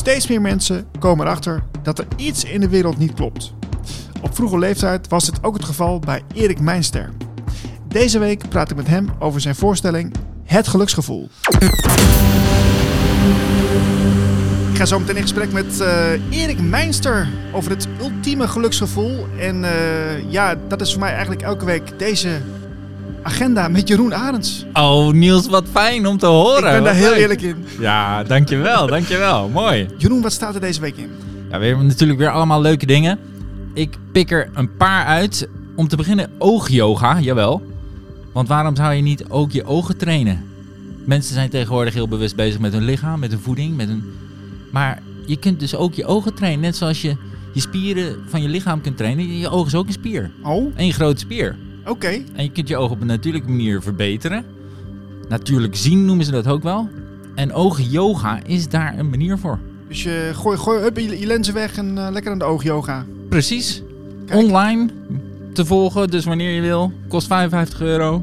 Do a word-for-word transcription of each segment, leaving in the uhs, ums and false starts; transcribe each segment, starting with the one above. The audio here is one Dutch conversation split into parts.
Steeds meer mensen komen erachter dat er iets in de wereld niet klopt. Op vroege leeftijd was dit ook het geval bij Erik Meinster. Deze week praat ik met hem over zijn voorstelling Het Geluksgevoel. Ik ga zo meteen in gesprek met uh, Erik Meinster over het ultieme geluksgevoel. En uh, ja, dat is voor mij eigenlijk elke week deze agenda met Jeroen Arends. Oh, Niels, wat fijn om te horen. Ik ben daar heel eerlijk in. Ja, dankjewel, dankjewel. Mooi. Jeroen, wat staat er deze week in? Ja, we hebben natuurlijk weer allemaal leuke dingen. Ik pik er een paar uit. Om te beginnen oogyoga, jawel. Want waarom zou je niet ook je ogen trainen? Mensen zijn tegenwoordig heel bewust bezig met hun lichaam, met hun voeding, met hun... Maar je kunt dus ook je ogen trainen. Net zoals je je spieren van je lichaam kunt trainen. Je ogen is ook een spier. Oh? Een grote spier. Oké. Okay. En je kunt je ogen op een natuurlijke manier verbeteren. Natuurlijk zien noemen ze dat ook wel. En oogyoga is daar een manier voor. Dus je gooi, gooi hup, je, je lenzen weg en uh, lekker aan de oogyoga. Precies. Kijk. Online te volgen, dus wanneer je wil. Kost vijfenvijftig euro.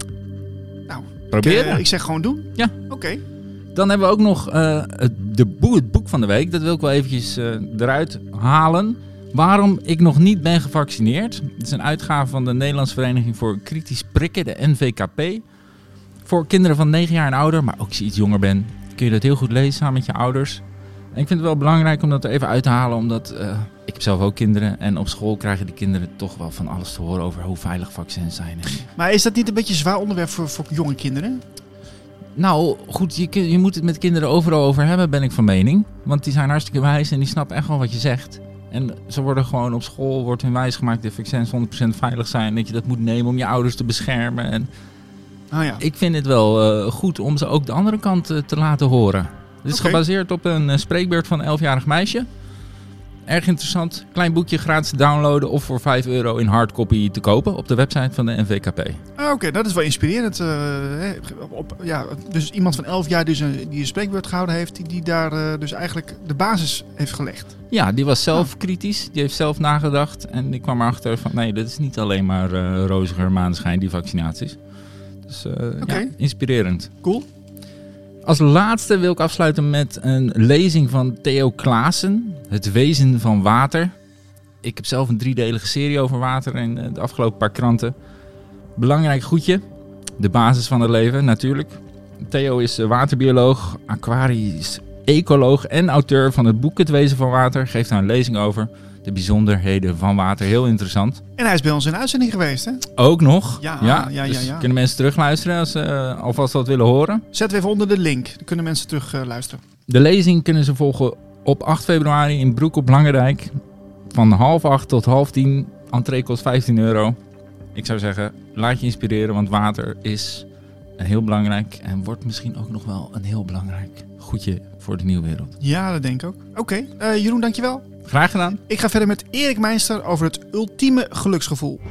Nou, proberen. Ik, uh, ik zeg gewoon doen. Ja. Oké. Okay. Dan hebben we ook nog uh, het, de boek, het boek van de week. Dat wil ik wel eventjes uh, eruit halen. Waarom ik nog niet ben gevaccineerd. Het is een uitgave van de Nederlandse Vereniging voor Kritisch Prikken, de N V K P. Voor kinderen van negen jaar en ouder, maar ook als je iets jonger bent, kun je dat heel goed lezen samen met je ouders. En ik vind het wel belangrijk om dat er even uit te halen, omdat uh, ik heb zelf ook kinderen. En op school krijgen de kinderen toch wel van alles te horen over hoe veilig vaccins zijn. Maar is dat niet een beetje een zwaar onderwerp voor, voor jonge kinderen? Nou, goed, je, je moet het met kinderen overal over hebben, ben ik van mening. Want die zijn hartstikke wijs en die snappen echt wel wat je zegt. En ze worden gewoon op school, wordt hun wijs gemaakt dat vaccins honderd procent veilig zijn. Dat je dat moet nemen om je ouders te beschermen. En oh ja. Ik vind het wel uh, goed om ze ook de andere kant uh, te laten horen. Dit is okay. gebaseerd op een uh, spreekbeurt van een elfjarig meisje. Erg interessant. Klein boekje gratis te downloaden of voor vijf euro in hardcopy te kopen op de website van de N V K P. Ah, Oké, okay. Dat is wel inspirerend. Uh, op, ja, dus iemand van elf jaar dus een, die een spreekbeurt gehouden heeft, die, die daar uh, dus eigenlijk de basis heeft gelegd. Ja, die was zelf oh. kritisch. Die heeft zelf nagedacht. En die kwam erachter van nee, dat is niet alleen maar uh, roziger maneschijn, die vaccinaties. Dus uh, okay. ja, inspirerend. Cool. Als laatste wil ik afsluiten met een lezing van Theo Klaassen. Het wezen van water. Ik heb zelf een driedelige serie over water in de afgelopen paar kranten. Belangrijk goedje. De basis van het leven, natuurlijk. Theo is waterbioloog, aquarisch ecoloog en auteur van het boek Het Wezen van Water. Geeft daar een lezing over. De bijzonderheden van water. Heel interessant. En hij is bij ons in uitzending geweest, hè? Ook nog. Ja, ja, ja, dus ja, ja. Kunnen mensen terugluisteren als ze uh, alvast wat willen horen. Zet even onder de link. Dan kunnen mensen terug uh, luisteren. De lezing kunnen ze volgen op acht februari in Broek op Langendijk. Van half acht tot half tien. Entree kost vijftien euro. Ik zou zeggen, laat je inspireren, want water is heel belangrijk. En wordt misschien ook nog wel een heel belangrijk goedje voor de nieuwe wereld. Ja, dat denk ik ook. Oké, okay. uh, Jeroen, dankjewel. Graag gedaan. Ik ga verder met Erik Meinster over het ultieme geluksgevoel.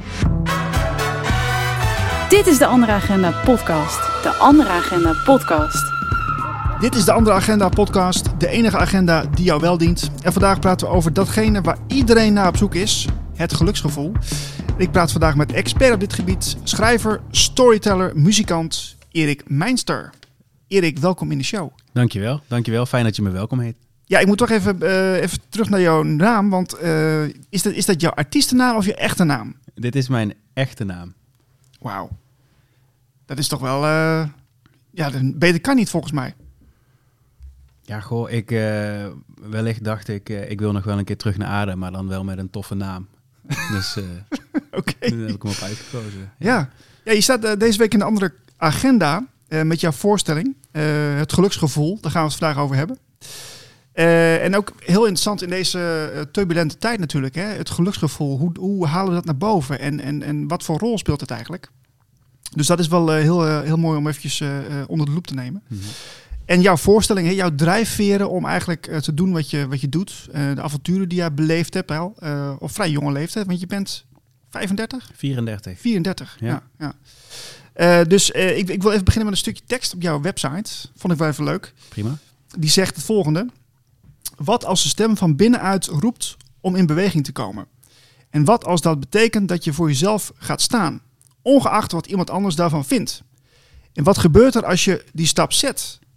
Dit is de Andere Agenda podcast. De Andere Agenda podcast. Dit is de Andere Agenda podcast. De enige agenda die jou wel dient. En vandaag praten we over datgene waar iedereen naar op zoek is. Het geluksgevoel. Ik praat vandaag met expert op dit gebied. Schrijver, storyteller, muzikant Erik Meinster. Erik, welkom in de show. Dankjewel, dankjewel. Fijn dat je me welkom heet. Ja, ik moet toch even, uh, even terug naar jouw naam, want uh, is, dat, is dat jouw artiestennaam of je echte naam? Dit is mijn echte naam. Wauw. Dat is toch wel... Uh, ja, beter kan niet volgens mij. Ja, goh, ik... Uh, wellicht dacht ik, uh, ik wil nog wel een keer terug naar aarde, maar dan wel met een toffe naam. Dus uh, okay. Toen heb ik hem op uitgekozen. Ja, ja je staat uh, deze week in de Andere Agenda uh, met jouw voorstelling. Uh, het geluksgevoel, daar gaan we het vandaag over hebben. Uh, en ook heel interessant in deze uh, turbulente tijd natuurlijk. Hè? Het geluksgevoel, hoe, hoe halen we dat naar boven? En, en, en wat voor rol speelt het eigenlijk? Dus dat is wel uh, heel, uh, heel mooi om eventjes uh, onder de loep te nemen. Mm-hmm. En jouw voorstelling, hè, jouw drijfveren om eigenlijk uh, te doen wat je, wat je doet. Uh, de avonturen die jij beleefd hebt, al, uh, op vrij jonge leeftijd. Want je bent vijfendertig? vierendertig. vierendertig, ja. ja, ja. Uh, dus uh, ik, ik wil even beginnen met een stukje tekst op jouw website. Vond ik wel even leuk. Prima. Die zegt het volgende. Wat als de stem van binnenuit roept om in beweging te komen? En wat als dat betekent dat je voor jezelf gaat staan? Ongeacht wat iemand anders daarvan vindt. En wat gebeurt er als je die stap zet?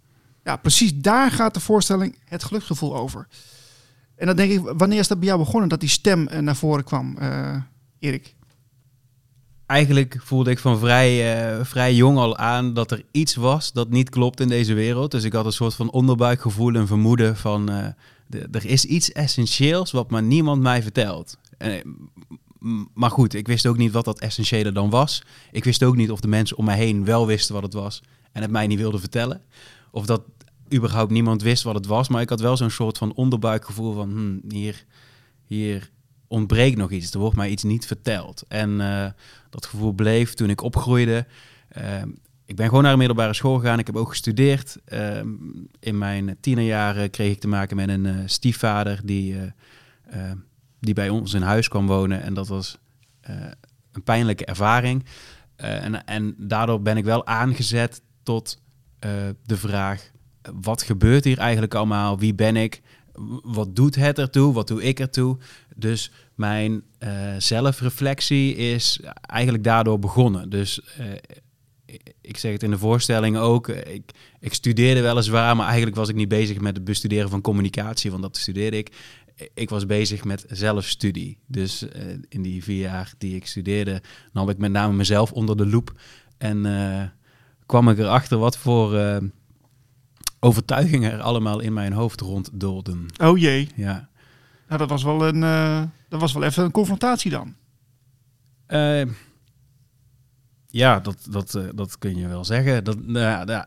ja, precies daar gaat de voorstelling Het Geluksgevoel over. En dan denk ik, wanneer is dat bij jou begonnen dat die stem uh, naar voren kwam, uh, Erik? Eigenlijk voelde ik van vrij, uh, vrij jong al aan dat er iets was dat niet klopt in deze wereld. Dus ik had een soort van onderbuikgevoel en vermoeden van... Uh, de, er is iets essentieels wat maar niemand mij vertelt. Uh, m- maar goed, ik wist ook niet wat dat essentiële dan was. Ik wist ook niet of de mensen om mij heen wel wisten wat het was en het mij niet wilden vertellen. Of dat überhaupt niemand wist wat het was. Maar ik had wel zo'n soort van onderbuikgevoel van... Hmm, hier, hier ontbreekt nog iets. Er wordt mij iets niet verteld. En uh, dat gevoel bleef toen ik opgroeide. Uh, ik ben gewoon naar een middelbare school gegaan. Ik heb ook gestudeerd. Uh, in mijn tienerjaren kreeg ik te maken met een uh, stiefvader... Die, uh, uh, die bij ons in huis kwam wonen. En dat was uh, een pijnlijke ervaring. Uh, en, en daardoor ben ik wel aangezet tot uh, de vraag... Wat gebeurt hier eigenlijk allemaal? Wie ben ik? Wat doet het ertoe? Wat doe ik ertoe? Dus mijn uh, zelfreflectie is eigenlijk daardoor begonnen. Dus uh, ik zeg het in de voorstelling ook. Ik, ik studeerde weliswaar, maar eigenlijk was ik niet bezig met het bestuderen van communicatie, want dat studeerde ik. Ik was bezig met zelfstudie. Dus uh, in die vier jaar die ik studeerde, nam ik met name mezelf onder de loep. En uh, kwam ik erachter wat voor... Uh, overtuigingen er allemaal in mijn hoofd ronddolden. Oh jee. Ja. Nou, dat was wel een, uh, dat was wel even een confrontatie dan. Uh, ja, dat, dat, uh, dat kun je wel zeggen. Dat, uh, ja,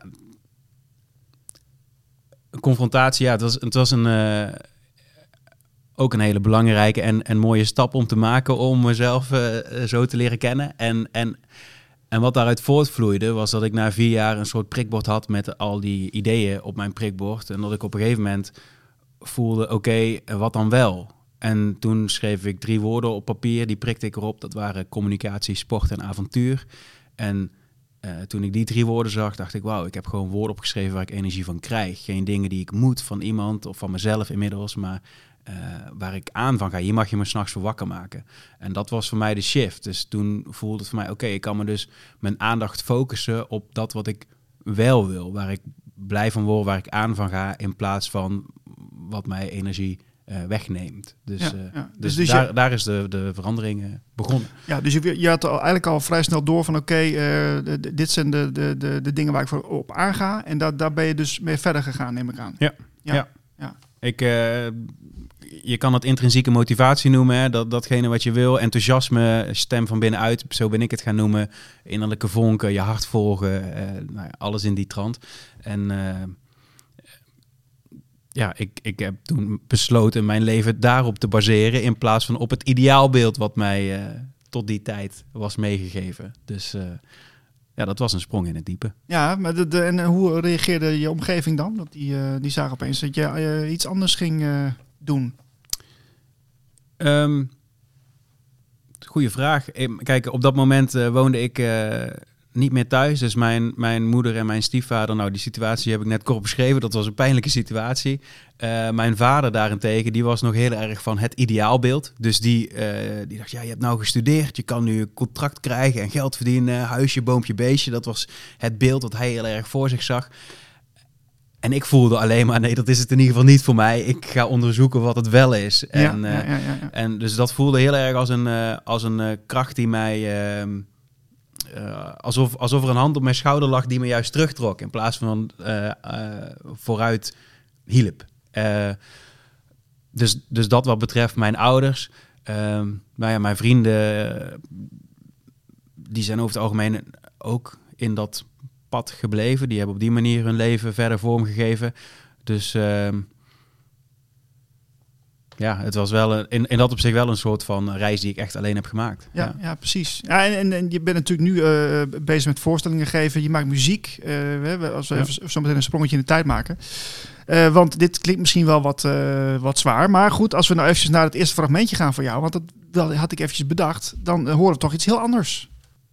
een confrontatie, ja, het was, het was een, uh, ook een hele belangrijke en, en mooie stap om te maken om mezelf uh, zo te leren kennen. En, en En wat daaruit voortvloeide was dat ik na vier jaar een soort prikbord had met al die ideeën op mijn prikbord. En dat ik op een gegeven moment voelde, oké, okay, wat dan wel? En toen schreef ik drie woorden op papier, die prikte ik erop. Dat waren communicatie, sport en avontuur. En uh, toen ik die drie woorden zag, dacht ik, wauw, ik heb gewoon woorden opgeschreven waar ik energie van krijg. Geen dingen die ik moet van iemand of van mezelf inmiddels, maar... Uh, waar ik aan van ga. Hier mag je me 's nachts voor wakker maken. En dat was voor mij de shift. Dus toen voelde het voor mij, oké, okay, ik kan me dus mijn aandacht focussen op dat wat ik wel wil. Waar ik blij van word, waar ik aan van ga, in plaats van wat mij energie uh, wegneemt. Dus, ja, uh, ja. dus, dus, dus daar, je, daar is de, de verandering uh, begonnen. Ja, dus je, je had al, eigenlijk al vrij snel door van oké, okay, uh, dit zijn de, de, de, de dingen waar ik voor op aanga. En dat, daar ben je dus mee verder gegaan, neem ik aan. Ja, ja. ja. ja. Ik... Uh, Je kan het intrinsieke motivatie noemen, hè? Dat, datgene wat je wil. Enthousiasme, stem van binnenuit, zo ben ik het gaan noemen. Innerlijke vonken, je hart volgen, uh, nou ja, alles in die trant. En uh, ja, ik, ik heb toen besloten mijn leven daarop te baseren... in plaats van op het ideaalbeeld wat mij uh, tot die tijd was meegegeven. Dus uh, ja, dat was een sprong in het diepe. Ja, maar de, de, en hoe reageerde je omgeving dan? Dat die, uh, die zagen opeens dat je uh, iets anders ging... Uh... doen? Um, goeie vraag. Kijk, op dat moment uh, woonde ik uh, niet meer thuis. Dus mijn, mijn moeder en mijn stiefvader, nou die situatie heb ik net kort beschreven. Dat was een pijnlijke situatie. Uh, mijn vader daarentegen, die was nog heel erg van het ideaalbeeld. Dus die, uh, die dacht, ja, je hebt nou gestudeerd. Je kan nu een contract krijgen en geld verdienen. Huisje, boompje, beestje. Dat was het beeld dat hij heel erg voor zich zag. En ik voelde alleen maar, nee, dat is het in ieder geval niet voor mij. Ik ga onderzoeken wat het wel is. En, ja, ja, ja, ja, ja. en dus dat voelde heel erg als een, uh, als een uh, kracht die mij... Uh, uh, alsof, alsof er een hand op mijn schouder lag die me juist terugtrok. In plaats van uh, uh, vooruit hielp. Uh, dus, dus dat wat betreft mijn ouders. Uh, nou ja, mijn vrienden... die zijn over het algemeen ook in dat... pad gebleven. Die hebben op die manier hun leven verder vormgegeven. Dus uh, ja, het was wel een, in, in dat opzicht wel een soort van reis die ik echt alleen heb gemaakt. Ja, ja. ja precies. Ja, en, en, en je bent natuurlijk nu uh, bezig met voorstellingen geven. Je maakt muziek. Uh, we, als we ja. even zo meteen een sprongetje in de tijd maken. Uh, want dit klinkt misschien wel wat, uh, wat zwaar. Maar goed, als we nou eventjes naar het eerste fragmentje gaan voor jou. Want dat wel, had ik eventjes bedacht. Dan uh, horen we toch iets heel anders.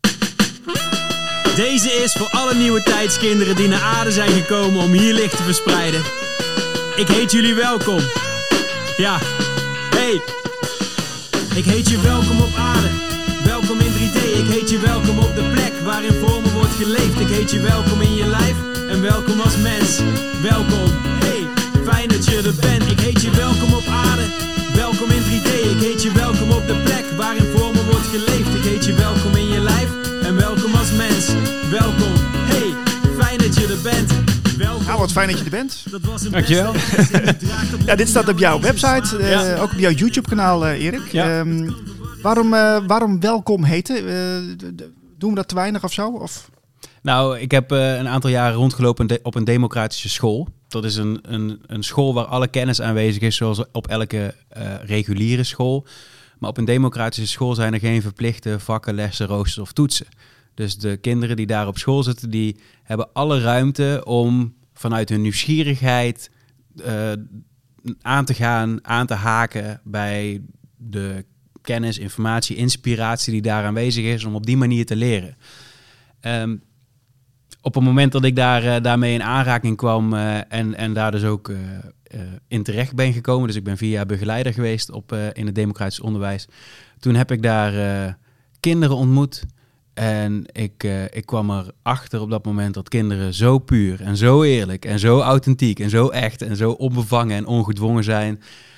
Deze is voor alle nieuwe tijdskinderen die naar aarde zijn gekomen om hier licht te verspreiden. Ik heet jullie welkom. Ja, hey. Ik heet je welkom op aarde. Welkom in drie D. Ik heet je welkom op de plek waarin voor me wordt geleefd. Ik heet je welkom in je lijf en welkom als mens. Welkom, hey, fijn dat je er bent. Ik heet je welkom op aarde, welkom in drie D. Ik heet je welkom op de plek waarin voor me wordt geleefd. Ik heet je welkom in je lijf en welkom als mens. Welkom, hey, fijn dat je er bent. Welkom. Nou, wat fijn dat je er bent. Dat was een Dankjewel. Ja, dit staat op jouw website, uh, Ja. ook op jouw YouTube-kanaal, uh, Erik. Ja. Um, waarom, uh, waarom welkom heten? Uh, d- d- doen we dat te weinig of zo? Of? Nou, ik heb uh, een aantal jaren rondgelopen de- op een democratische school. Dat is een, een, een school waar alle kennis aanwezig is, zoals op elke uh, reguliere school. Maar op een democratische school zijn er geen verplichte vakken, lessen, roosters of toetsen. Dus de kinderen die daar op school zitten, die hebben alle ruimte om vanuit hun nieuwsgierigheid uh, aan te gaan, aan te haken bij de kennis, informatie, inspiratie die daar aanwezig is, om op die manier te leren. Um, op het moment dat ik daar, uh, daarmee in aanraking kwam uh, en, en daar dus ook uh, uh, in terecht ben gekomen, dus ik ben vier jaar begeleider geweest op, uh, in het democratisch onderwijs, toen heb ik daar uh, kinderen ontmoet. En ik, uh, ik kwam erachter op dat moment dat kinderen zo puur en zo eerlijk en zo authentiek en zo echt en zo onbevangen en ongedwongen zijn.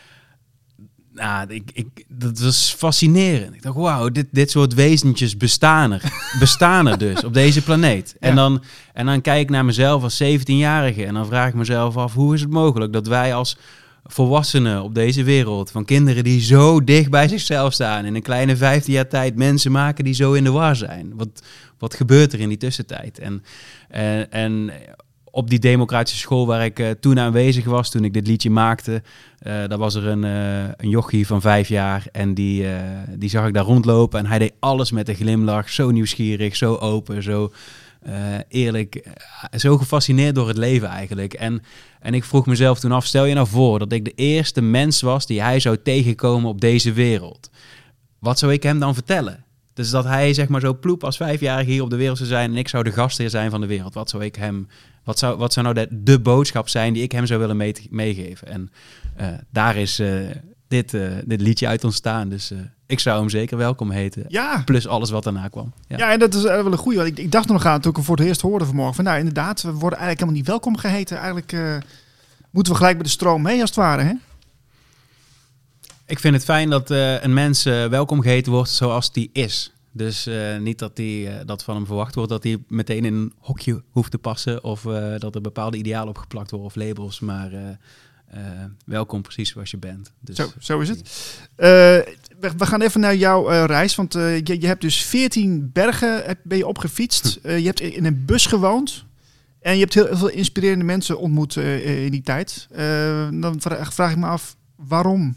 Nou, ik, ik, dat was fascinerend. Ik dacht, wauw, dit, dit soort wezentjes bestaan er. Bestaan er dus op deze planeet. En, Ja. dan, en dan kijk ik naar mezelf als zeventienjarige en dan vraag ik mezelf af, hoe is het mogelijk dat wij als volwassenen op deze wereld, van kinderen die zo dicht bij zichzelf staan, in een kleine vijftien jaar tijd mensen maken die zo in de war zijn. Wat, wat gebeurt er in die tussentijd? En, en, en op die democratische school waar ik uh, toen aanwezig was, toen ik dit liedje maakte, uh, daar was er een, uh, een jochie van vijf jaar en die, uh, die zag ik daar rondlopen en hij deed alles met een glimlach, zo nieuwsgierig, zo open, zo uh, eerlijk, uh, zo gefascineerd door het leven eigenlijk. En, en ik vroeg mezelf toen af, stel je nou voor dat ik de eerste mens was die hij zou tegenkomen op deze wereld. Wat zou ik hem dan vertellen? Dus dat hij zeg maar zo ploep als vijfjarige hier op de wereld zou zijn en ik zou de gastheer zijn van de wereld. Wat zou ik hem, wat zou, wat zou nou de, de boodschap zijn die ik hem zou willen mee, meegeven? En uh, daar is uh, dit, uh, dit liedje uit ontstaan. Dus uh, ik zou hem zeker welkom heten. Ja. Plus alles wat daarna kwam. Ja, Ja, en dat is uh, wel een goeie. Want ik, ik dacht er nog aan toen ik hem voor het eerst hoorde vanmorgen. Van, nou, inderdaad, we worden eigenlijk helemaal niet welkom geheten. Eigenlijk uh, moeten we gelijk met de stroom mee als het ware, hè? Ik vind het fijn dat uh, een mens uh, welkom geheten wordt zoals die is. Dus uh, niet dat, die, uh, dat van hem verwacht wordt dat hij meteen in een hokje hoeft te passen. Of uh, dat er bepaalde idealen opgeplakt worden of labels. Maar uh, uh, welkom precies zoals je bent. Dus, Zo, zo is het. Uh, we, we gaan even naar jouw uh, reis. Want uh, je, je hebt dus veertien bergen heb, ben je opgefietst. Uh, je hebt in een bus gewoond. En je hebt heel, heel veel inspirerende mensen ontmoet uh, in die tijd. Uh, dan vraag, vraag ik me af, waarom?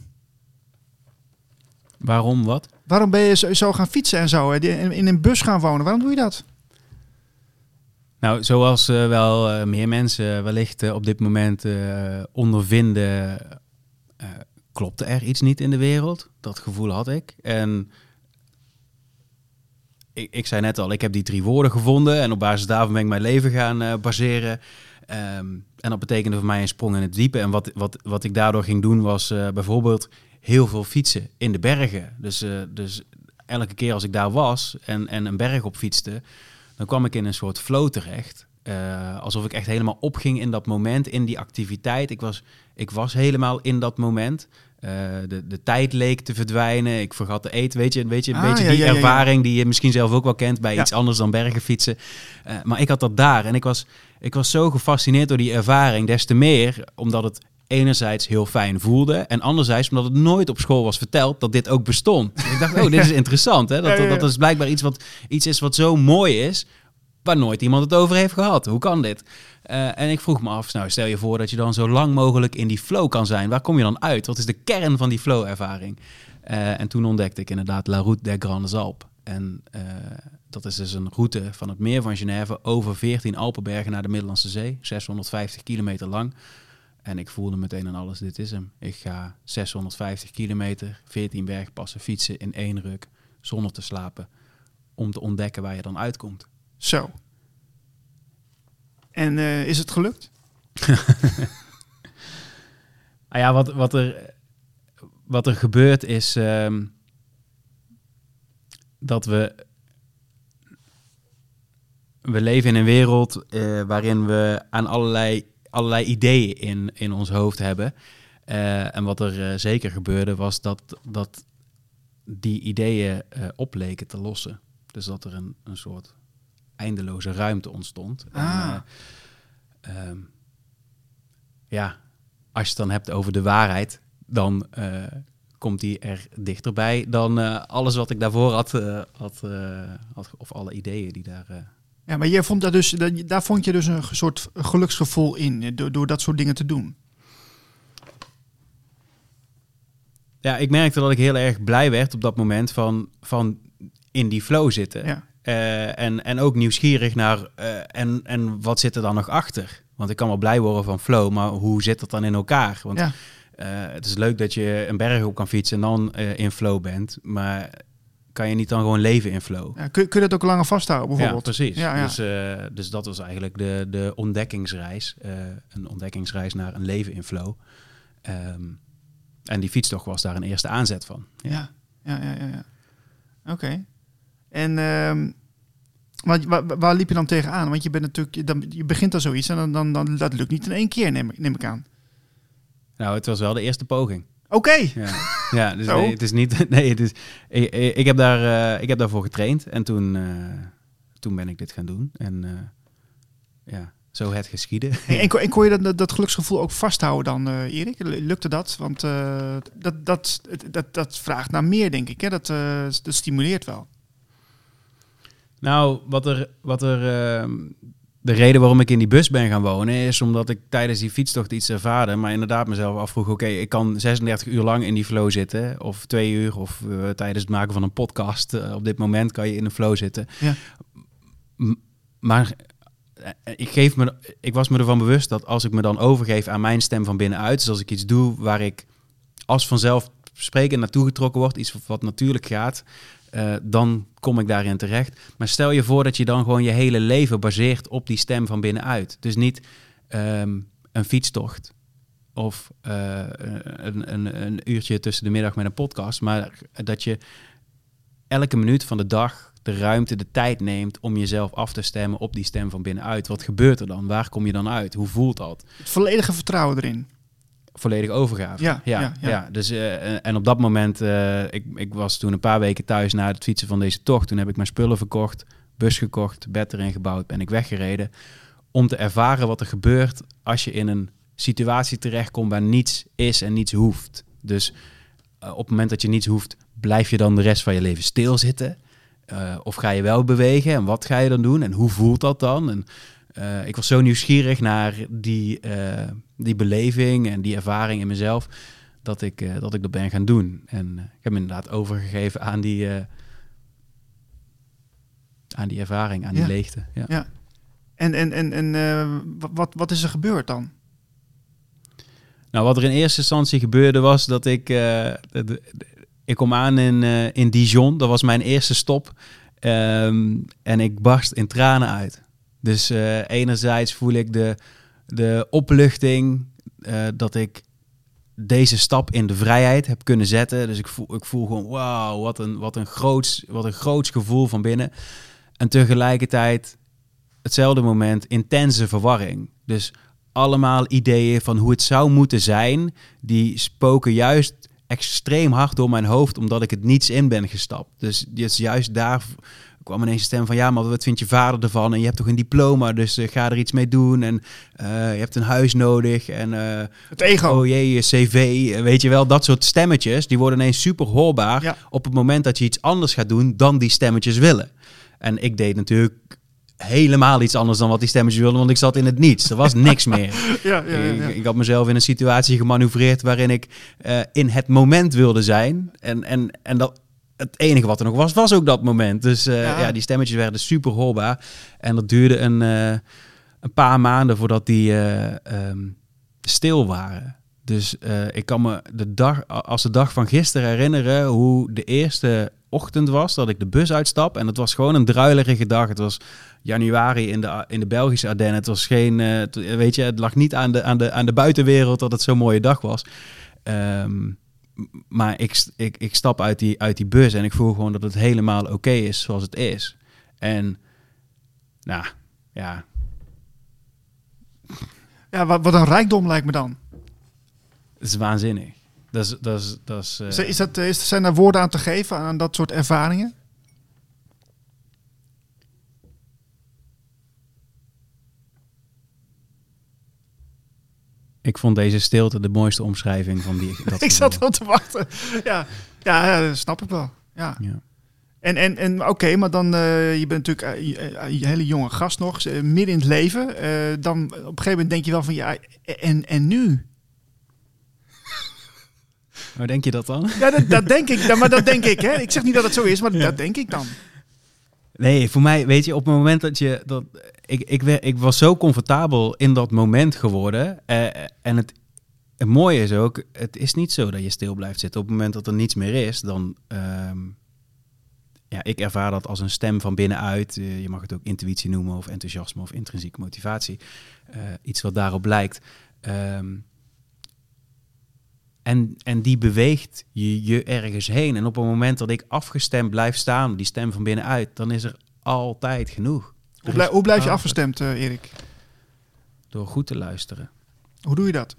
Waarom wat? Waarom ben je zo, zo gaan fietsen en zo? Hè? In, in een bus gaan wonen. Waarom doe je dat? Nou, zoals uh, wel uh, meer mensen wellicht uh, op dit moment uh, ondervinden, uh, klopte er iets niet in de wereld. Dat gevoel had ik. En ik, ik zei net al, ik heb die drie woorden gevonden en op basis daarvan ben ik mijn leven gaan uh, baseren. Um, en dat betekende voor mij een sprong in het diepe. En wat, wat, wat ik daardoor ging doen was uh, bijvoorbeeld heel veel fietsen in de bergen. Dus, uh, dus elke keer als ik daar was en, en een berg op fietste, dan kwam ik in een soort flow terecht. Uh, alsof ik echt helemaal opging in dat moment, in die activiteit. Ik was, ik was helemaal in dat moment. Uh, de, de tijd leek te verdwijnen. Ik vergat te eten. Weet je, weet je, een Ah, beetje ja, die ja, ja, ja. ervaring die je misschien zelf ook wel kent bij Ja. iets anders dan bergen fietsen. Uh, maar ik had dat daar. En ik was, ik was zo gefascineerd door die ervaring. Des te meer omdat het enerzijds heel fijn voelde. En anderzijds omdat het nooit op school was verteld dat dit ook bestond. Dus ik dacht, oh, dit is interessant. Hè? Dat, Ja, ja, ja. dat is blijkbaar iets, wat, iets is wat zo mooi is, waar nooit iemand het over heeft gehad. Hoe kan dit? Uh, en ik vroeg me af, nou, stel je voor dat je dan zo lang mogelijk in die flow kan zijn. Waar kom je dan uit? Wat is de kern van die flow-ervaring? Uh, en toen ontdekte ik inderdaad La Route des Grandes Alpes. En uh, dat is dus een route van het meer van Genève over veertien Alpenbergen naar de Middellandse Zee. zeshonderdvijftig kilometer lang. En ik voelde meteen aan alles, dit is hem. Ik ga zeshonderdvijftig kilometer, veertien bergpassen fietsen in één ruk, zonder te slapen, om te ontdekken waar je dan uitkomt. Zo. En uh, is het gelukt? Ah ja, wat, wat, er, wat er gebeurt is um, dat we... we leven in een wereld uh, waarin we aan allerlei, allerlei ideeën in, in ons hoofd hebben. Uh, en wat er uh, zeker gebeurde was dat, dat die ideeën uh, opleken te lossen. Dus dat er een, een soort eindeloze ruimte ontstond. Ah. En, uh, um, ja, als je het dan hebt over de waarheid, dan uh, komt die er dichterbij dan uh, alles wat ik daarvoor had, uh, had, uh, had, of alle ideeën die daar... Uh... Ja, maar jij vond dat dus, dat, daar vond je dus een soort geluksgevoel in, door, door dat soort dingen te doen. Ja, ik merkte dat ik heel erg blij werd op dat moment van, van in die flow zitten. Ja. Uh, en, en ook nieuwsgierig naar, uh, en, en wat zit er dan nog achter? Want ik kan wel blij worden van flow, maar hoe zit dat dan in elkaar? Want Ja. uh, het is leuk dat je een berg op kan fietsen en dan uh, in flow bent, maar kan je niet dan gewoon leven in flow? Ja, kun, kun je dat ook langer vasthouden, bijvoorbeeld? Ja, precies. Ja, ja. Dus, uh, dus dat was eigenlijk de, de ontdekkingsreis. Uh, een ontdekkingsreis naar een leven in flow. Um, en die fietstocht was daar een eerste aanzet van. Ja, ja, ja, ja. ja. Oké. Okay. En um, waar, waar, waar liep je dan tegenaan? Want je bent natuurlijk, dan, je begint aan zoiets en dan, dan, dan dat lukt niet in één keer, neem, neem ik aan. Nou, het was wel de eerste poging. Oké. Okay. Ja, ja, dus nee, het is niet. Nee, het is. Ik, ik heb daar, uh, ik heb daarvoor getraind en toen, uh, toen ben ik dit gaan doen en uh, ja. Zo het geschieden. En, en, en kon je dat, dat geluksgevoel ook vasthouden dan, uh, Erik? Lukte dat? Want uh, dat, dat, dat, dat vraagt naar meer, denk ik. Hè? Dat, uh, dat stimuleert wel. Nou, wat er... Wat er uh, de reden waarom ik in die bus ben gaan wonen is omdat ik tijdens die fietstocht iets ervaarde, maar inderdaad mezelf afvroeg, oké, okay, ik kan zesendertig uur lang in die flow zitten, of twee uur, of uh, tijdens het maken van een podcast. Uh, op dit moment kan je in een flow zitten. Ja. M- maar... Ik, geef me, ik was me ervan bewust dat als ik me dan overgeef aan mijn stem van binnenuit, dus als ik iets doe waar ik als vanzelf spreken naartoe getrokken word, iets wat natuurlijk gaat, uh, dan kom ik daarin terecht. Maar stel je voor dat je dan gewoon je hele leven baseert op die stem van binnenuit. Dus niet um, een fietstocht of uh, een, een, een uurtje tussen de middag met een podcast, maar dat je elke minuut van de dag de ruimte, de tijd neemt om jezelf af te stemmen op die stem van binnenuit. Wat gebeurt er dan? Waar kom je dan uit? Hoe voelt dat? Het volledige vertrouwen erin. Volledig overgave. Ja, ja, ja, ja. ja. Dus, uh, en op dat moment, uh, ik, ik was toen een paar weken thuis na het fietsen van deze tocht. Toen heb ik mijn spullen verkocht, bus gekocht, bed erin gebouwd, ben ik weggereden. Om te ervaren wat er gebeurt als je in een situatie terechtkomt waar niets is en niets hoeft. Dus uh, op het moment dat je niets hoeft, blijf je dan de rest van je leven stilzitten? Uh, of ga je wel bewegen en wat ga je dan doen en hoe voelt dat dan? En, uh, ik was zo nieuwsgierig naar die, uh, die beleving en die ervaring in mezelf dat ik, uh, dat ik dat ben gaan doen. En uh, ik heb me inderdaad overgegeven aan die, uh, aan die ervaring, aan die ja. leegte. Ja. Ja. En, en, en, en uh, wat, wat is er gebeurd dan? Nou, wat er in eerste instantie gebeurde was dat ik... Uh, de, de, Ik kom aan in, uh, in Dijon, dat was mijn eerste stop. Um, en ik barst in tranen uit. Dus uh, enerzijds voel ik de, de opluchting uh, dat ik deze stap in de vrijheid heb kunnen zetten. Dus ik voel, ik voel gewoon, wauw, wat een, wat, een groots, wat een groots gevoel van binnen. En tegelijkertijd, hetzelfde moment, intense verwarring. Dus allemaal ideeën van hoe het zou moeten zijn, die spoken juist extreem hard door mijn hoofd, omdat ik het niets in ben gestapt. Dus, dus juist daar kwam ineens een stem van, ja, maar wat vindt je vader ervan? En je hebt toch een diploma, dus uh, ga er iets mee doen. En uh, je hebt een huis nodig. En uh, het ego. Oh jee, je cv. Uh, weet je wel, dat soort stemmetjes, die worden ineens super hoorbaar ja. op het moment dat je iets anders gaat doen dan die stemmetjes willen. En ik deed natuurlijk helemaal iets anders dan wat die stemmetjes wilden, want ik zat in het niets. Er was niks meer. ja, ja, ja, ja. Ik, ik had mezelf in een situatie gemanoeuvreerd waarin ik uh, in het moment wilde zijn. En, en, en dat, het enige wat er nog was, was ook dat moment. Dus uh, ja. ja, die stemmetjes werden super hoorbaar. En dat duurde een, uh, een paar maanden voordat die uh, um, stil waren. Dus uh, ik kan me de dag, als de dag van gisteren herinneren hoe de eerste ochtend was dat ik de bus uitstap. En het was gewoon een druilerige dag. Het was januari in de, in de Belgische Ardennen. Het was geen, uh, t- weet je, het lag niet aan de, aan de, aan de buitenwereld dat het zo'n mooie dag was. Um, maar ik, ik, ik stap uit die, uit die bus en ik voel gewoon dat het helemaal oké is zoals het is. En nou, ja. Ja, wat, wat een rijkdom lijkt me dan. Het is waanzinnig. Dat is, dat is, dat is, uh... Is, is dat, is, zijn er woorden aan te geven aan dat soort ervaringen? Ik vond deze stilte de mooiste omschrijving van die. Dat ik zat al te wachten. Ja, ja, ja, dat snap ik wel. Ja. Ja. En, en, en oké, okay, maar dan, uh, je bent natuurlijk uh, je hele jonge gast nog, uh, midden in het leven. Uh, dan op een gegeven moment denk je wel van, ja, en, en nu? Hoe denk je dat dan? Ja, dat, dat denk ik. Maar dat denk ik, hè. Ik zeg niet dat het zo is, maar ja. dat denk ik dan. Nee, voor mij, weet je, op het moment dat je... dat ik, ik, ik was zo comfortabel in dat moment geworden. Uh, en het, het mooie is ook, het is niet zo dat je stil blijft zitten. Op het moment dat er niets meer is, dan... Um, ja, ik ervaar dat als een stem van binnenuit. Uh, je mag het ook intuïtie noemen of enthousiasme of intrinsieke motivatie. Uh, iets wat daarop lijkt. Um, en, en die beweegt je, je ergens heen. En op het moment dat ik afgestemd blijf staan, die stem van binnenuit, dan is er altijd genoeg. Hoe, blij, hoe blijf je afgestemd, uh, Erik? Door goed te luisteren. Hoe doe je dat?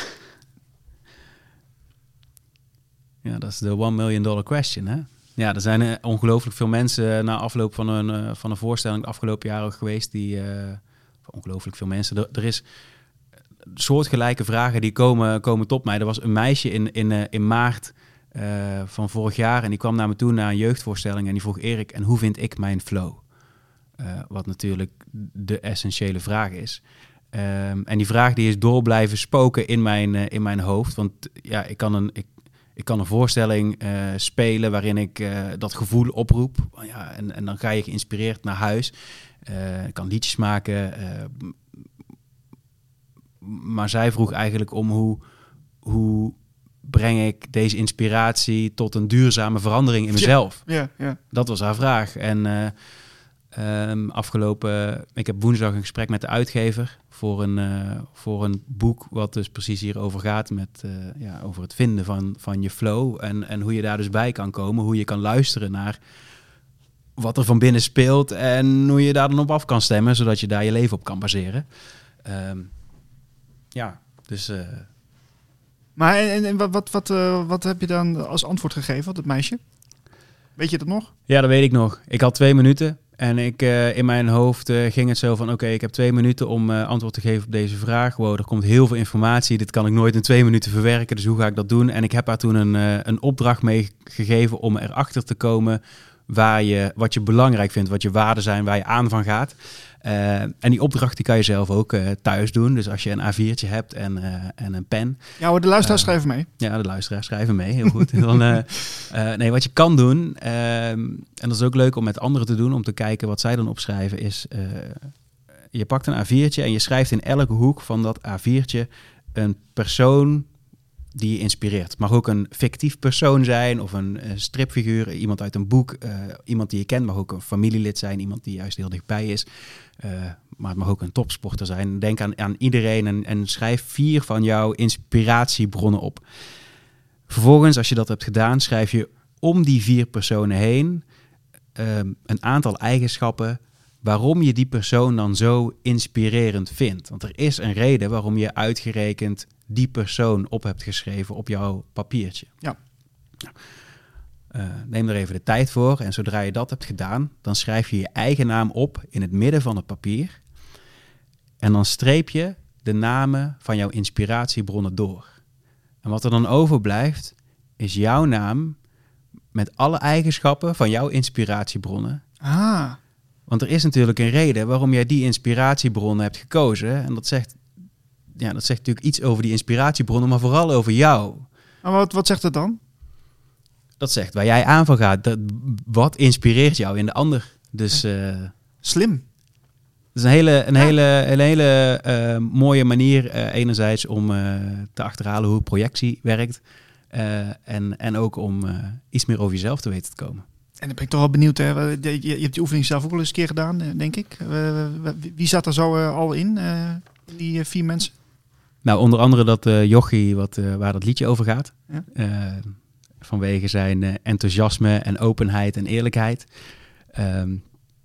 Ja, dat is de one million dollar question, hè? Ja, er zijn uh, ongelooflijk veel mensen na afloop van een, uh, van een voorstelling de afgelopen jaren geweest die... Uh, ongelooflijk veel mensen. Er, er is soortgelijke vragen die komen, komen tot mij. Er was een meisje in, in, uh, in maart uh, van vorig jaar en die kwam naar me toe naar een jeugdvoorstelling en die vroeg: Erik, en hoe vind ik mijn flow? Uh, wat natuurlijk de essentiële vraag is. Um, en die vraag die is door blijven spoken in mijn, uh, in mijn hoofd. Want ja, ik kan een... Ik, Ik kan een voorstelling uh, spelen waarin ik uh, dat gevoel oproep. Ja, en, en dan ga je geïnspireerd naar huis. Uh, ik kan liedjes maken. Uh, maar zij vroeg eigenlijk om hoe, hoe breng ik deze inspiratie tot een duurzame verandering in mezelf. Ja, ja, ja. Dat was haar vraag. En uh, um, afgelopen... Ik heb woensdag een gesprek met de uitgever voor een, uh, voor een boek wat dus precies hierover gaat, met, uh, ja, over het vinden van, van je flow en, en hoe je daar dus bij kan komen, hoe je kan luisteren naar wat er van binnen speelt en hoe je daar dan op af kan stemmen, zodat je daar je leven op kan baseren. Um, ja, dus... Uh... Maar en, en wat, wat, wat, uh, wat heb je dan als antwoord gegeven, dat meisje? Weet je dat nog? Ja, dat weet ik nog. Ik had twee minuten. En ik, uh, in mijn hoofd uh, ging het zo van, oké, okay, ik heb twee minuten om uh, antwoord te geven op deze vraag. Wow, er komt heel veel informatie. Dit kan ik nooit in twee minuten verwerken. Dus hoe ga ik dat doen? En ik heb haar toen een, uh, een opdracht meegegeven om erachter te komen waar je, wat je belangrijk vindt, wat je waarden zijn, waar je aan van gaat. Uh, en die opdracht die kan je zelf ook uh, thuis doen. Dus als je een A viertje hebt en, uh, en een pen. Ja hoor, de luisteraars uh, schrijven mee. Ja, de luisteraars schrijven mee. Heel goed. Dan, uh, uh, nee, wat je kan doen, uh, en dat is ook leuk om met anderen te doen, om te kijken wat zij dan opschrijven, is uh, je pakt een A viertje en je schrijft in elke hoek van dat A viertje een persoon die je inspireert. Het mag ook een fictief persoon zijn of een uh, stripfiguur, iemand uit een boek, uh, iemand die je kent, mag ook een familielid zijn, iemand die juist heel dichtbij is. Uh, maar het mag ook een topsporter zijn. Denk aan, aan iedereen en, en schrijf vier van jouw inspiratiebronnen op. Vervolgens, als je dat hebt gedaan, schrijf je om die vier personen heen uh, een aantal eigenschappen waarom je die persoon dan zo inspirerend vindt. Want er is een reden waarom je uitgerekend die persoon op hebt geschreven op jouw papiertje. Ja. Uh, neem er even de tijd voor en zodra je dat hebt gedaan, dan schrijf je je eigen naam op in het midden van het papier en dan streep je de namen van jouw inspiratiebronnen door. En wat er dan overblijft is jouw naam met alle eigenschappen van jouw inspiratiebronnen. Ah. Want er is natuurlijk een reden waarom jij die inspiratiebronnen hebt gekozen en dat zegt, ja, dat zegt natuurlijk iets over die inspiratiebronnen, maar vooral over jou. Maar wat, wat zegt het dan? Dat zegt waar jij aan van gaat. Dat, wat inspireert jou in de ander? Dus uh, slim. Het is een hele, een ja. hele, een hele uh, mooie manier uh, enerzijds om uh, te achterhalen hoe projectie werkt. Uh, en, en ook om uh, iets meer over jezelf te weten te komen. En dan ben ik toch wel benieuwd. Hè? Je, je hebt die oefening zelf ook wel eens een keer gedaan, denk ik. Uh, wie zat er zo uh, al in, uh, die uh, vier mensen? Nou, onder andere dat uh, jochie wat, uh, waar dat liedje over gaat. Ja. Uh, vanwege zijn uh, enthousiasme en openheid en eerlijkheid. Um,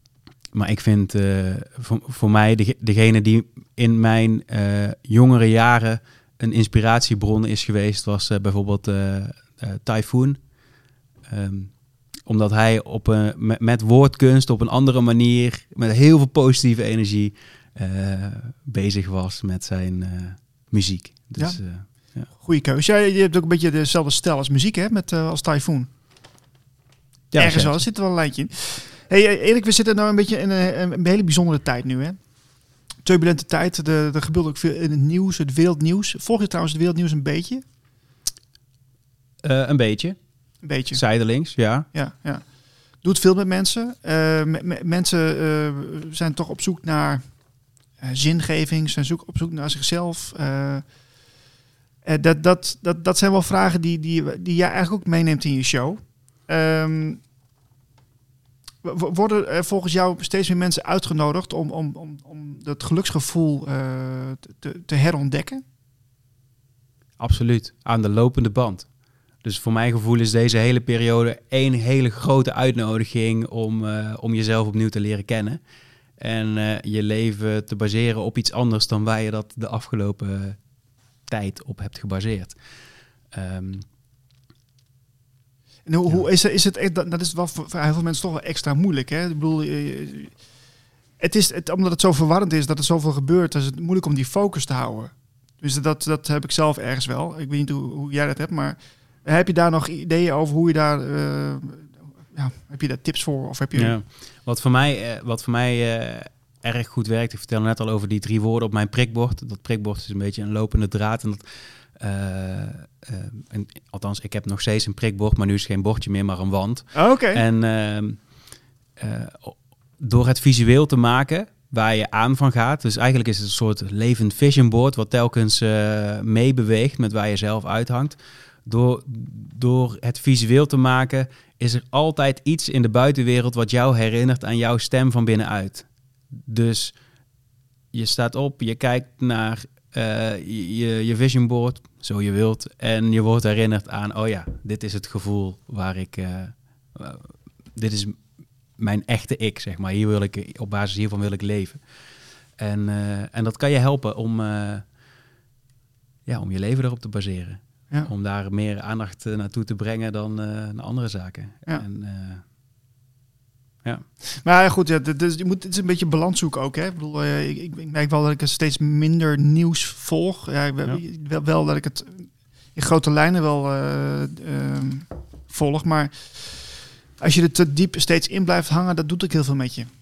maar ik vind uh, voor, voor mij de, degene die in mijn uh, jongere jaren een inspiratiebron is geweest, was uh, bijvoorbeeld uh, uh, Typhoon. Um, omdat hij op een, met, met woordkunst op een andere manier, met heel veel positieve energie, uh, bezig was met zijn uh, muziek. Dus, ja. Uh, ja. Goeie keuze. Ja, je hebt ook een beetje dezelfde stijl als muziek, hè, met, uh, als Typhoon. Ja, ergens wel, er zit er wel een lijntje in. Hey Erik, we zitten nou een beetje in een, een hele bijzondere tijd nu, hè? Turbulente tijd. Er, er gebeurt ook veel in het nieuws, het wereldnieuws. Volg je trouwens het wereldnieuws een beetje? Uh, een beetje. Een beetje. Zijdelings, ja. Ja, ja. Doet veel met mensen. Uh, m- m- mensen uh, zijn toch op zoek naar uh, zingeving, zijn zoek, op zoek naar zichzelf. Uh, uh, dat, dat, dat, dat zijn wel vragen die, die, die jij eigenlijk ook meeneemt in je show. Um, worden er volgens jou steeds meer mensen uitgenodigd om, om, om, om dat geluksgevoel uh, te, te herontdekken? Absoluut, aan de lopende band. Dus voor mijn gevoel is deze hele periode één hele grote uitnodiging om, uh, om jezelf opnieuw te leren kennen. En uh, je leven te baseren op iets anders dan waar je dat de afgelopen tijd op hebt gebaseerd. Um, En hoe, ja. hoe is, is het echt, dat, dat is wel voor, voor heel veel mensen toch wel extra moeilijk, hè? Ik bedoel, je, het is, het, omdat het zo verwarrend is, dat er zoveel gebeurt, is het moeilijk om die focus te houden. Dus dat, dat heb ik zelf ergens wel. Ik weet niet hoe, hoe jij dat hebt, maar heb je daar nog ideeën over hoe je daar, uh, ja, heb je daar tips voor? Of heb je... Ja. Wat voor mij, uh, wat voor mij uh, erg goed werkt, ik vertelde net al over die drie woorden op mijn prikbord. Dat prikbord is een beetje een lopende draad en dat... Uh, uh, en, althans, ik heb nog steeds een prikbord, maar nu is het geen bordje meer, maar een wand. Oké. Okay. En uh, uh, door het visueel te maken waar je aan van gaat, dus eigenlijk is het een soort levend vision board wat telkens uh, meebeweegt met waar je zelf uithangt. Door, door het visueel te maken is er altijd iets in de buitenwereld wat jou herinnert aan jouw stem van binnenuit. Dus je staat op, je kijkt naar uh, je, je vision board, zo je wilt, en je wordt herinnerd aan, oh ja, dit is het gevoel waar ik, uh, uh, dit is mijn echte ik, zeg maar. Hier wil ik, op basis hiervan wil ik leven. En, uh, en dat kan je helpen om, uh, ja, om je leven erop te baseren. Ja. Om daar meer aandacht uh, naartoe te brengen dan uh, naar andere zaken. Ja. En, uh, ja. Maar goed, ja, dus je moet, het is een beetje balans zoeken ook. Hè? Ik bedoel, uh, ik, ik merk wel dat ik steeds minder nieuws volg. Ja, wel, ja. Wel, wel dat ik het in grote lijnen wel uh, uh, volg. Maar als je er te diep steeds in blijft hangen, dat doet ook heel veel met je.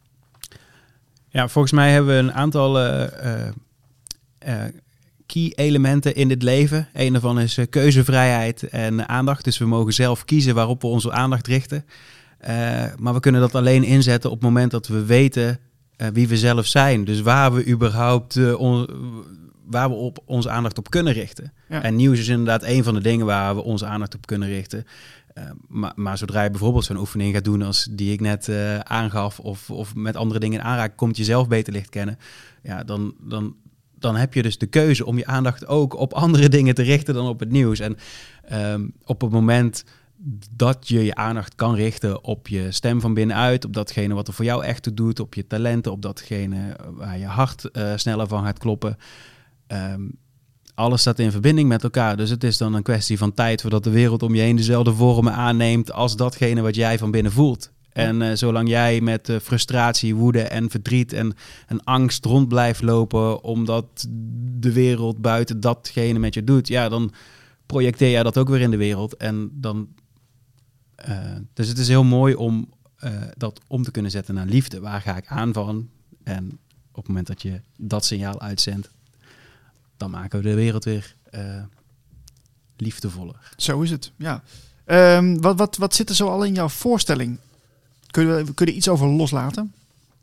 Ja, volgens mij hebben we een aantal uh, uh, uh, key elementen in dit leven. Een daarvan is uh, keuzevrijheid en aandacht. Dus we mogen zelf kiezen waarop we onze aandacht richten. Uh, maar we kunnen dat alleen inzetten op het moment dat we weten uh, wie we zelf zijn. Dus waar we überhaupt uh, on, waar we op onze aandacht op kunnen richten. Ja. En nieuws is inderdaad een van de dingen waar we onze aandacht op kunnen richten. Uh, maar, maar zodra je bijvoorbeeld zo'n oefening gaat doen als die ik net uh, aangaf, of, of met andere dingen aanraakt, komt jezelf beter licht kennen. Ja, dan, dan, dan heb je dus de keuze om je aandacht ook op andere dingen te richten dan op het nieuws. En um, op het moment dat je je aandacht kan richten op je stem van binnenuit, op datgene wat er voor jou echt toe doet, op je talenten, op datgene waar je hart uh, sneller van gaat kloppen. Um, alles staat in verbinding met elkaar. Dus het is dan een kwestie van tijd voordat de wereld om je heen dezelfde vormen aanneemt als datgene wat jij van binnen voelt. En uh, zolang jij met uh, frustratie, woede en verdriet en, en angst rond blijft lopen omdat de wereld buiten datgene met je doet, ja, dan projecteer jij dat ook weer in de wereld. En dan, uh, dus het is heel mooi om uh, dat om te kunnen zetten naar liefde. Waar ga ik aan van? En op het moment dat je dat signaal uitzendt, dan maken we de wereld weer uh, liefdevoller. Zo is het, ja. Um, wat, wat, wat zit er zo al in jouw voorstelling? Kun je, kun je iets over loslaten?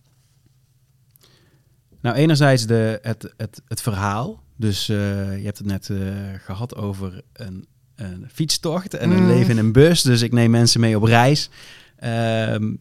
Nou, enerzijds de, het, het, het verhaal. Dus uh, je hebt het net uh, gehad over een, een fietstocht en een mm. leven in een bus. Dus ik neem mensen mee op reis. Um,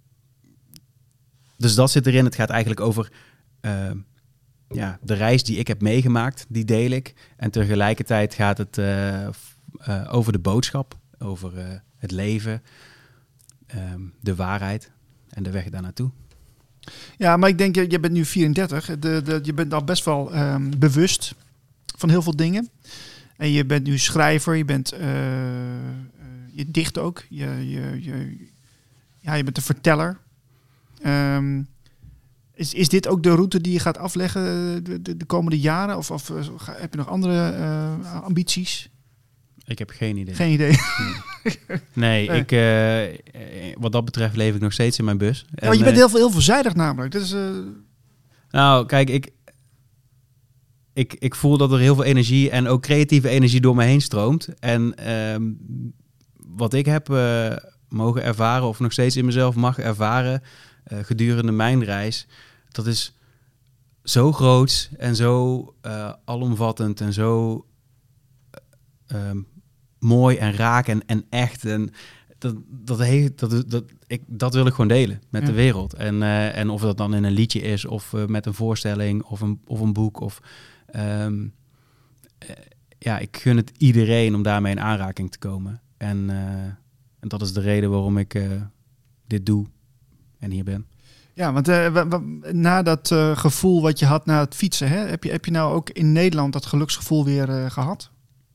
dus dat zit erin. Het gaat eigenlijk over uh, ja, de reis die ik heb meegemaakt. Die deel ik. En tegelijkertijd gaat het uh, uh, over de boodschap. Over uh, het leven. Um, de waarheid. En de weg daar naartoe. Ja, maar ik denk, je, je bent nu vierendertig. De, de, je bent al best wel um, bewust van heel veel dingen. En je bent nu schrijver, je bent... Uh, uh, je dicht ook. Je, je, je, ja, je bent een verteller. Um, is, is dit ook de route die je gaat afleggen de, de, de komende jaren? Of, of ga, heb je nog andere uh, ambities? Ik heb geen idee. Geen idee. Nee, nee. Ik, uh, wat dat betreft leef ik nog steeds in mijn bus. Ja, en, je bent heel, heel veelzijdig namelijk. Dat is, uh... Nou, kijk, ik, ik, ik voel dat er heel veel energie en ook creatieve energie door me heen stroomt. En um, wat ik heb uh, mogen ervaren, of nog steeds in mezelf mag ervaren, uh, gedurende mijn reis, dat is zo groot en zo uh, alomvattend en zo uh, um, mooi en raak en, en echt. En dat, dat, heeft, dat, dat, ik, dat wil ik gewoon delen met ja. de wereld. En, uh, en of dat dan in een liedje is, of uh, met een voorstelling, of een, of een boek. Of, um, uh, ja, ik gun het iedereen om daarmee in aanraking te komen. En, uh, en dat is de reden waarom ik uh, dit doe en hier ben. Ja, want uh, w- w- na dat uh, gevoel wat je had na het fietsen, hè, heb je, heb je nou ook in Nederland dat geluksgevoel weer uh, gehad?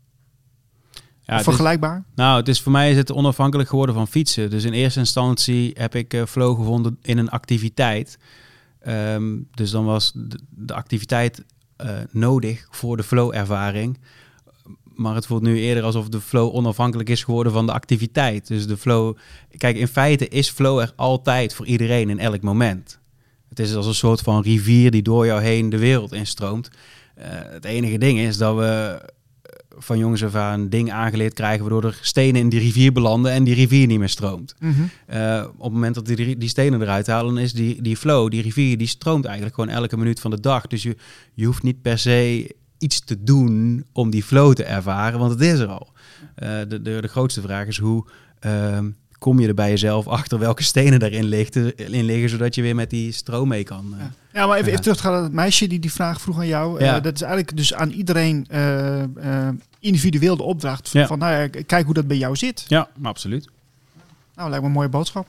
Ja, vergelijkbaar? Is, nou, het is voor mij is het onafhankelijk geworden van fietsen. Dus in eerste instantie heb ik uh, flow gevonden in een activiteit. Um, dus dan was de, de activiteit uh, nodig voor de flow-ervaring. Maar het voelt nu eerder alsof de flow onafhankelijk is geworden van de activiteit. Dus de flow... Kijk, in feite is flow er altijd voor iedereen in elk moment. Het is als een soort van rivier die door jou heen de wereld instroomt. Uh, het enige ding is dat we van jongs af aan dingen aangeleerd krijgen waardoor er stenen in die rivier belanden en die rivier niet meer stroomt. Mm-hmm. Uh, op het moment dat die, die stenen eruit halen, dan is die, die flow, die rivier, die stroomt eigenlijk gewoon elke minuut van de dag. Dus je, je hoeft niet per se iets te doen om die flow te ervaren, want het is er al. Uh, de, de, de grootste vraag is hoe uh, kom je er bij jezelf achter welke stenen daarin liggen, in liggen, zodat je weer met die stroom mee kan. Uh, ja. ja, maar even, even terug te gaan naar het meisje die die vraag vroeg aan jou. Ja. Uh, dat is eigenlijk dus aan iedereen uh, uh, individueel de opdracht van, ja. van nou ja, kijk hoe dat bij jou zit. Ja, absoluut. Nou, lijkt me een mooie boodschap.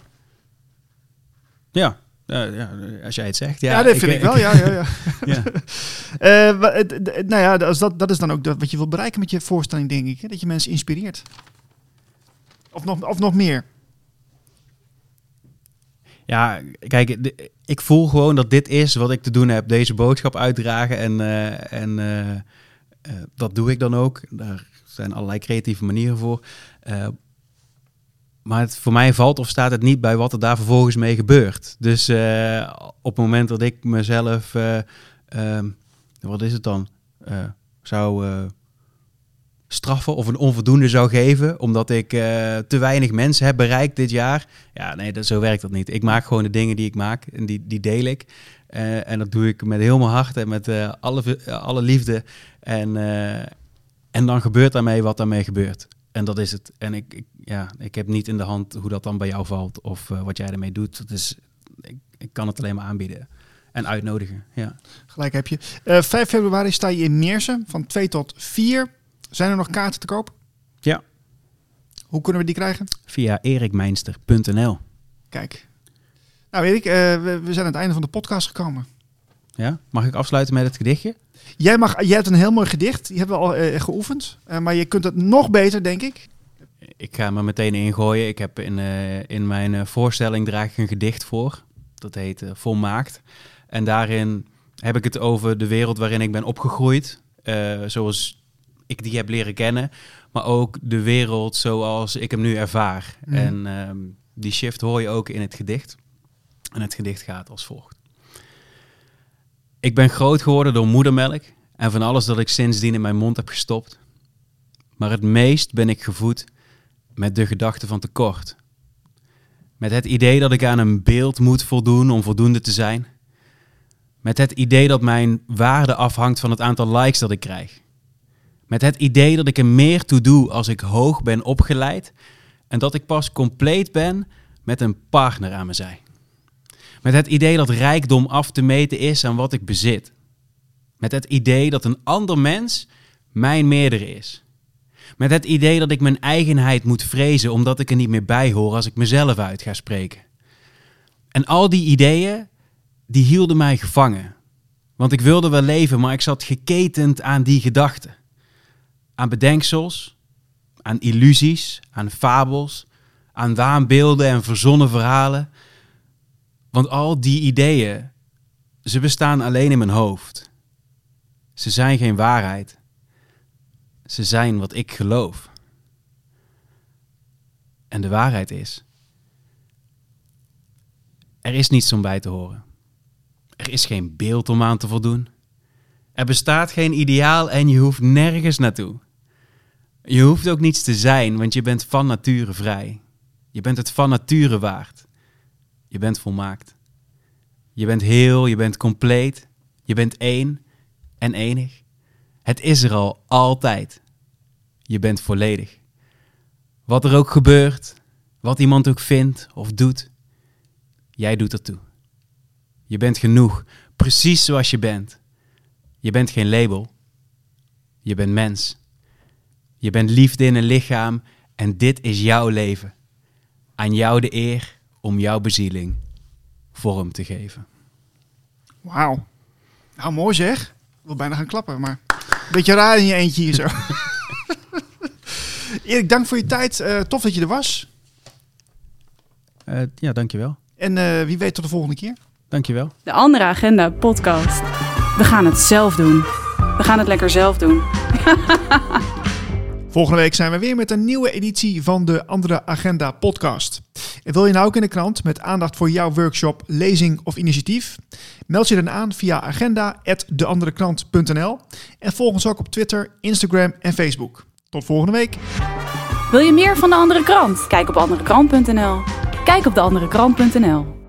Ja. Uh, ja, als jij het zegt. Ja, ja dat vind ik, ik wel. Ik, ja, ja, ja. ja. uh, d- d- nou ja, als dat, dat is dan ook dat wat je wil bereiken met je voorstelling, denk ik. Hè? Dat je mensen inspireert. Of nog, of nog meer. Ja, kijk, de, ik voel gewoon dat dit is wat ik te doen heb. Deze boodschap uitdragen. En, uh, en uh, uh, dat doe ik dan ook. Daar zijn allerlei creatieve manieren voor. Uh, Maar het, voor mij valt of staat het niet bij wat er daar vervolgens mee gebeurt. Dus uh, op het moment dat ik mezelf, uh, uh, wat is het dan, uh, zou uh, straffen of een onvoldoende zou geven, omdat ik uh, te weinig mensen heb bereikt dit jaar. Ja, nee, dat, zo werkt dat niet. Ik maak gewoon de dingen die ik maak en die, die deel ik. Uh, en dat doe ik met heel mijn hart en met uh, alle, alle liefde. En, uh, en dan gebeurt daarmee wat daarmee gebeurt. En dat is het. En ik, ik, ja, ik heb niet in de hand hoe dat dan bij jou valt of uh, wat jij ermee doet. Dus ik, ik kan het alleen maar aanbieden en uitnodigen. Ja. Gelijk heb je. Uh, vijf februari sta je in Meersen van twee tot vier. Zijn er nog kaarten te koop? Ja. Hoe kunnen we die krijgen? Via erikmeinster punt n l. Kijk. Nou Erik, uh, we, we zijn aan het einde van de podcast gekomen. Ja? Mag ik afsluiten met het gedichtje? Jij, mag, jij hebt een heel mooi gedicht. Die hebben we al uh, geoefend. Uh, maar je kunt het nog beter, denk ik. Ik ga me meteen ingooien. Ik heb in, uh, in mijn uh, voorstelling draag ik een gedicht voor. Dat heet uh, Volmaakt. En daarin heb ik het over de wereld waarin ik ben opgegroeid. Uh, zoals ik die heb leren kennen. Maar ook de wereld zoals ik hem nu ervaar. Mm. En uh, die shift hoor je ook in het gedicht. En het gedicht gaat als volgt. Ik ben groot geworden door moedermelk en van alles dat ik sindsdien in mijn mond heb gestopt. Maar het meest ben ik gevoed met de gedachte van tekort. Met het idee dat ik aan een beeld moet voldoen om voldoende te zijn. Met het idee dat mijn waarde afhangt van het aantal likes dat ik krijg. Met het idee dat ik er meer toe doe als ik hoog ben opgeleid en dat ik pas compleet ben met een partner aan mijn zij. Met het idee dat rijkdom af te meten is aan wat ik bezit. Met het idee dat een ander mens mijn meerdere is. Met het idee dat ik mijn eigenheid moet vrezen omdat ik er niet meer bij hoor als ik mezelf uit ga spreken. En al die ideeën, die hielden mij gevangen. Want ik wilde wel leven, maar ik zat geketend aan die gedachten. Aan bedenksels, aan illusies, aan fabels, aan waanbeelden en verzonnen verhalen. Want al die ideeën, ze bestaan alleen in mijn hoofd. Ze zijn geen waarheid. Ze zijn wat ik geloof. En de waarheid is, er is niets om bij te horen. Er is geen beeld om aan te voldoen. Er bestaat geen ideaal en je hoeft nergens naartoe. Je hoeft ook niets te zijn, want je bent van nature vrij. Je bent het van nature waard. Je bent volmaakt. Je bent heel, je bent compleet. Je bent één en enig. Het is er al altijd. Je bent volledig. Wat er ook gebeurt, wat iemand ook vindt of doet, jij doet ertoe. Je bent genoeg, precies zoals je bent. Je bent geen label. Je bent mens. Je bent liefde in een lichaam en dit is jouw leven. Aan jou de eer om jouw bezieling vorm te geven. Wauw. Nou, mooi zeg. Ik wil bijna gaan klappen, maar een beetje raar in je eentje hier zo. Erik, dank voor je tijd. Uh, tof dat je er was. Uh, ja, dankjewel. En uh, wie weet tot de volgende keer. Dankjewel. De Andere Agenda podcast. We gaan het zelf doen. We gaan het lekker zelf doen. Volgende week zijn we weer met een nieuwe editie van de Andere Agenda podcast. En wil je nou ook in de krant met aandacht voor jouw workshop, lezing of initiatief? Meld je dan aan via agenda apenstaartje deanderekrant punt n l en volg ons ook op Twitter, Instagram en Facebook. Tot volgende week. Wil je meer van De Andere Krant? Kijk op anderekrant punt n l. Kijk op de andere krant punt n l.